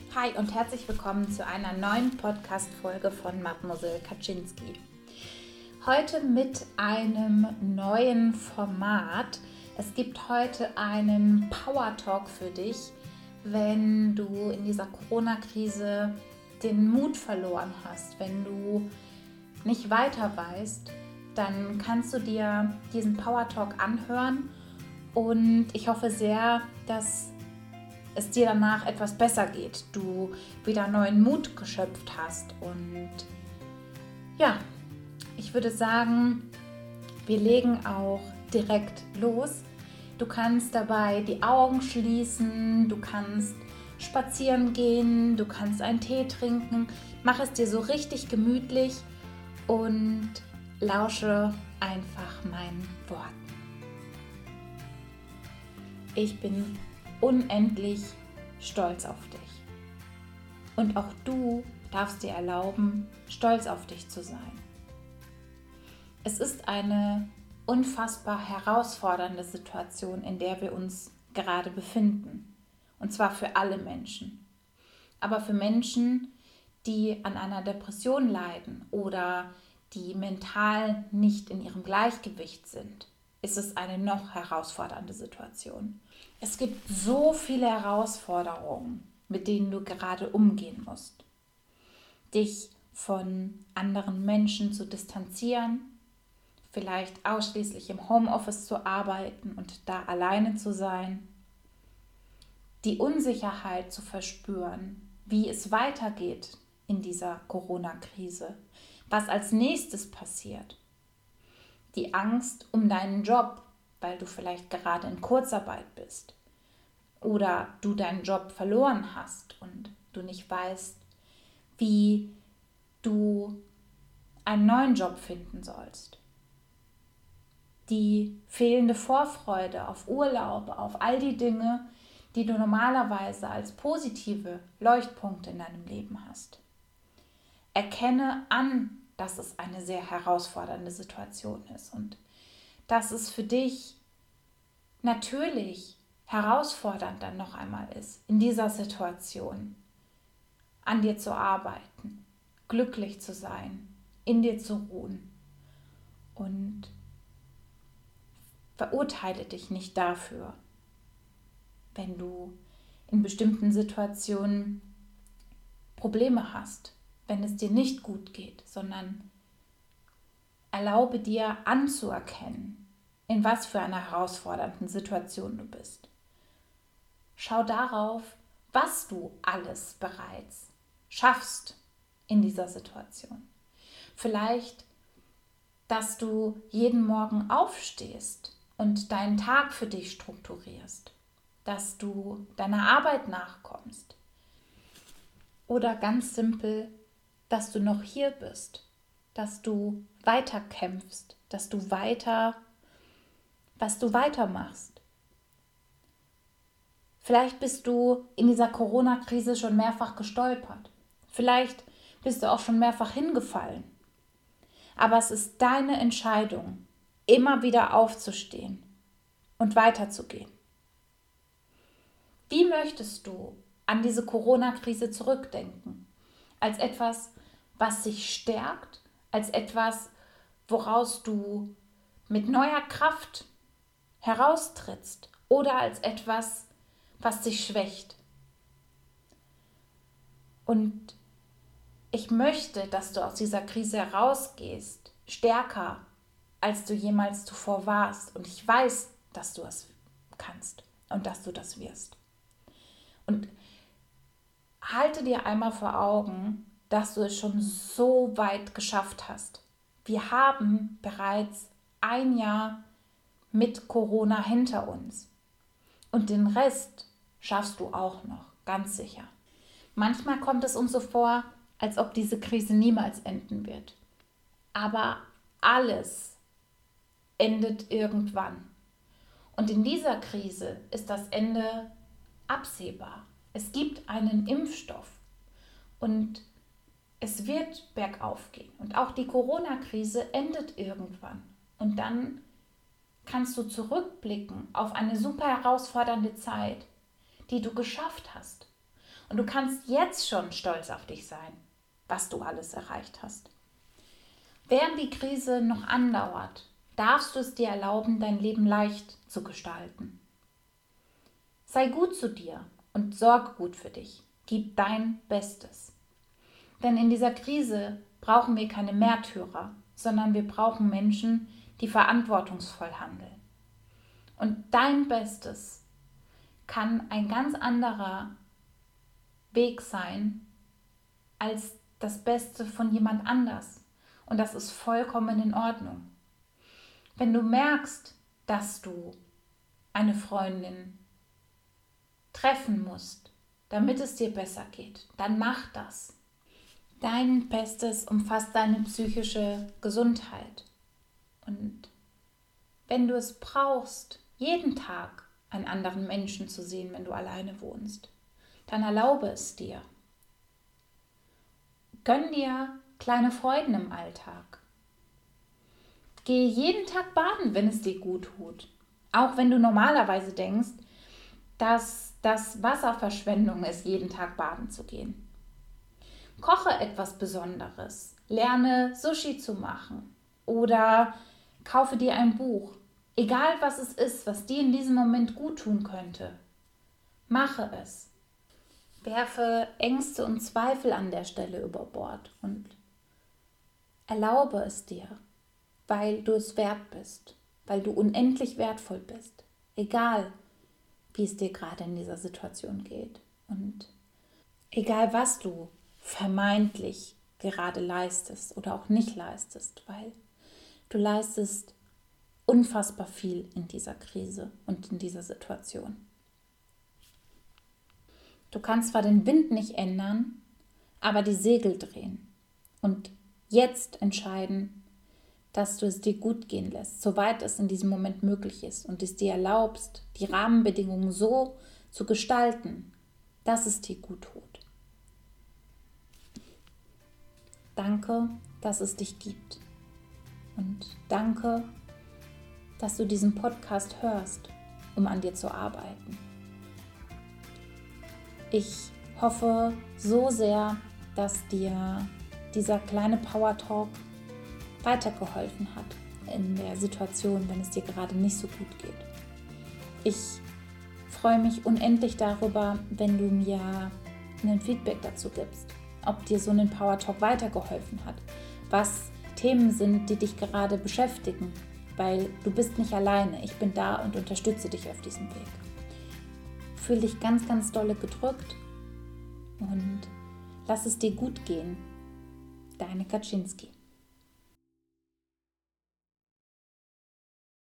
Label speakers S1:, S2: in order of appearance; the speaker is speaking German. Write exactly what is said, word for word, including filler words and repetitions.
S1: Hi und herzlich willkommen zu einer neuen Podcast-Folge von Mademoiselle Kaczynski. Heute mit einem neuen Format. Es gibt heute einen Power Talk für dich, wenn du in dieser Corona-Krise den Mut verloren hast, wenn du nicht weiter weißt, dann kannst du dir diesen Power Talk anhören und ich hoffe sehr, dass es dir danach etwas besser geht, du wieder neuen Mut geschöpft hast. Und ja, ich würde sagen, wir legen auch direkt los. Du kannst dabei die Augen schließen, du kannst spazieren gehen, du kannst einen Tee trinken. Mach es dir so richtig gemütlich und lausche einfach meinen Worten. Ich bin unendlich stolz auf dich. Und auch du darfst dir erlauben, stolz auf dich zu sein. Es ist eine unfassbar herausfordernde Situation, in der wir uns gerade befinden. Und zwar für alle Menschen. Aber für Menschen, die an einer Depression leiden oder die mental nicht in ihrem Gleichgewicht sind, ist es eine noch herausfordernde Situation. Es gibt so viele Herausforderungen, mit denen du gerade umgehen musst. Dich von anderen Menschen zu distanzieren, vielleicht ausschließlich im Homeoffice zu arbeiten und da alleine zu sein, die Unsicherheit zu verspüren, wie es weitergeht in dieser Corona-Krise, was als nächstes passiert, die Angst um deinen Job, weil du vielleicht gerade in Kurzarbeit bist oder du deinen Job verloren hast und du nicht weißt, wie du einen neuen Job finden sollst. Die fehlende Vorfreude auf Urlaub, auf all die Dinge, die du normalerweise als positive Leuchtpunkte in deinem Leben hast. Erkenne an, dass es eine sehr herausfordernde Situation ist und dass es für dich natürlich herausfordernd dann noch einmal ist, in dieser Situation an dir zu arbeiten, glücklich zu sein, in dir zu ruhen. Und verurteile dich nicht dafür, wenn du in bestimmten Situationen Probleme hast, wenn es dir nicht gut geht, sondern erlaube dir anzuerkennen, in was für einer herausfordernden Situation du bist. Schau darauf, was du alles bereits schaffst in dieser Situation. Vielleicht, dass du jeden Morgen aufstehst und deinen Tag für dich strukturierst, dass du deiner Arbeit nachkommst. Oder ganz simpel, dass du noch hier bist, dass du weiter kämpfst, dass du weiter, was du weitermachst. Vielleicht bist du in dieser Corona-Krise schon mehrfach gestolpert. Vielleicht bist du auch schon mehrfach hingefallen. Aber es ist deine Entscheidung, immer wieder aufzustehen und weiterzugehen. Wie möchtest du an diese Corona-Krise zurückdenken? Als etwas, was sich stärkt, als etwas, woraus du mit neuer Kraft heraustrittst oder als etwas, was dich schwächt. Und ich möchte, dass du aus dieser Krise herausgehst, stärker, als du jemals zuvor warst. Und ich weiß, dass du es kannst und dass du das wirst. Und halte dir einmal vor Augen, dass du es schon so weit geschafft hast. Wir haben bereits ein Jahr mit Corona hinter uns. Und den Rest schaffst du auch noch, ganz sicher. Manchmal kommt es uns so vor, als ob diese Krise niemals enden wird. Aber alles endet irgendwann. Und in dieser Krise ist das Ende absehbar. Es gibt einen Impfstoff und es wird bergauf gehen. Und auch die Corona-Krise endet irgendwann. Und dann kannst du zurückblicken auf eine super herausfordernde Zeit, die du geschafft hast. Und du kannst jetzt schon stolz auf dich sein, was du alles erreicht hast. Während die Krise noch andauert, darfst du es dir erlauben, dein Leben leicht zu gestalten. Sei gut zu dir und sorge gut für dich. Gib dein Bestes. Denn in dieser Krise brauchen wir keine Märtyrer, sondern wir brauchen Menschen, die verantwortungsvoll handeln. Und dein Bestes kann ein ganz anderer Weg sein als das Beste von jemand anders. Und das ist vollkommen in Ordnung. Wenn du merkst, dass du eine Freundin treffen musst, damit es dir besser geht, dann mach das. Dein Bestes umfasst deine psychische Gesundheit. Und wenn du es brauchst, jeden Tag einen anderen Menschen zu sehen, wenn du alleine wohnst, dann erlaube es dir. Gönn dir kleine Freuden im Alltag. Gehe jeden Tag baden, wenn es dir gut tut. Auch wenn du normalerweise denkst, dass das Wasserverschwendung ist, jeden Tag baden zu gehen. Koche etwas Besonderes. Lerne Sushi zu machen. Oder kaufe dir ein Buch. Egal was es ist, was dir in diesem Moment gut tun könnte. Mache es. Werfe Ängste und Zweifel an der Stelle über Bord und erlaube es dir, weil du es wert bist, weil du unendlich wertvoll bist, egal wie es dir gerade in dieser Situation geht und egal was du vermeintlich gerade leistest oder auch nicht leistest, weil du leistest unfassbar viel in dieser Krise und in dieser Situation. Du kannst zwar den Wind nicht ändern, aber die Segel drehen und jetzt entscheiden, dass du es dir gut gehen lässt, soweit es in diesem Moment möglich ist und es dir erlaubst, die Rahmenbedingungen so zu gestalten, dass es dir gut tut. Danke, dass es dich gibt und danke, dass du diesen Podcast hörst, um an dir zu arbeiten. Ich hoffe so sehr, dass dir dieser kleine Power Talk weitergeholfen hat in der Situation, wenn es dir gerade nicht so gut geht. Ich freue mich unendlich darüber, wenn du mir ein Feedback dazu gibst, ob dir so ein Power Talk weitergeholfen hat, was Themen sind, die dich gerade beschäftigen, weil du bist nicht alleine. Ich bin da und unterstütze dich auf diesem Weg. Fühl dich ganz, ganz dolle gedrückt und lass es dir gut gehen. Deine Kaczynski.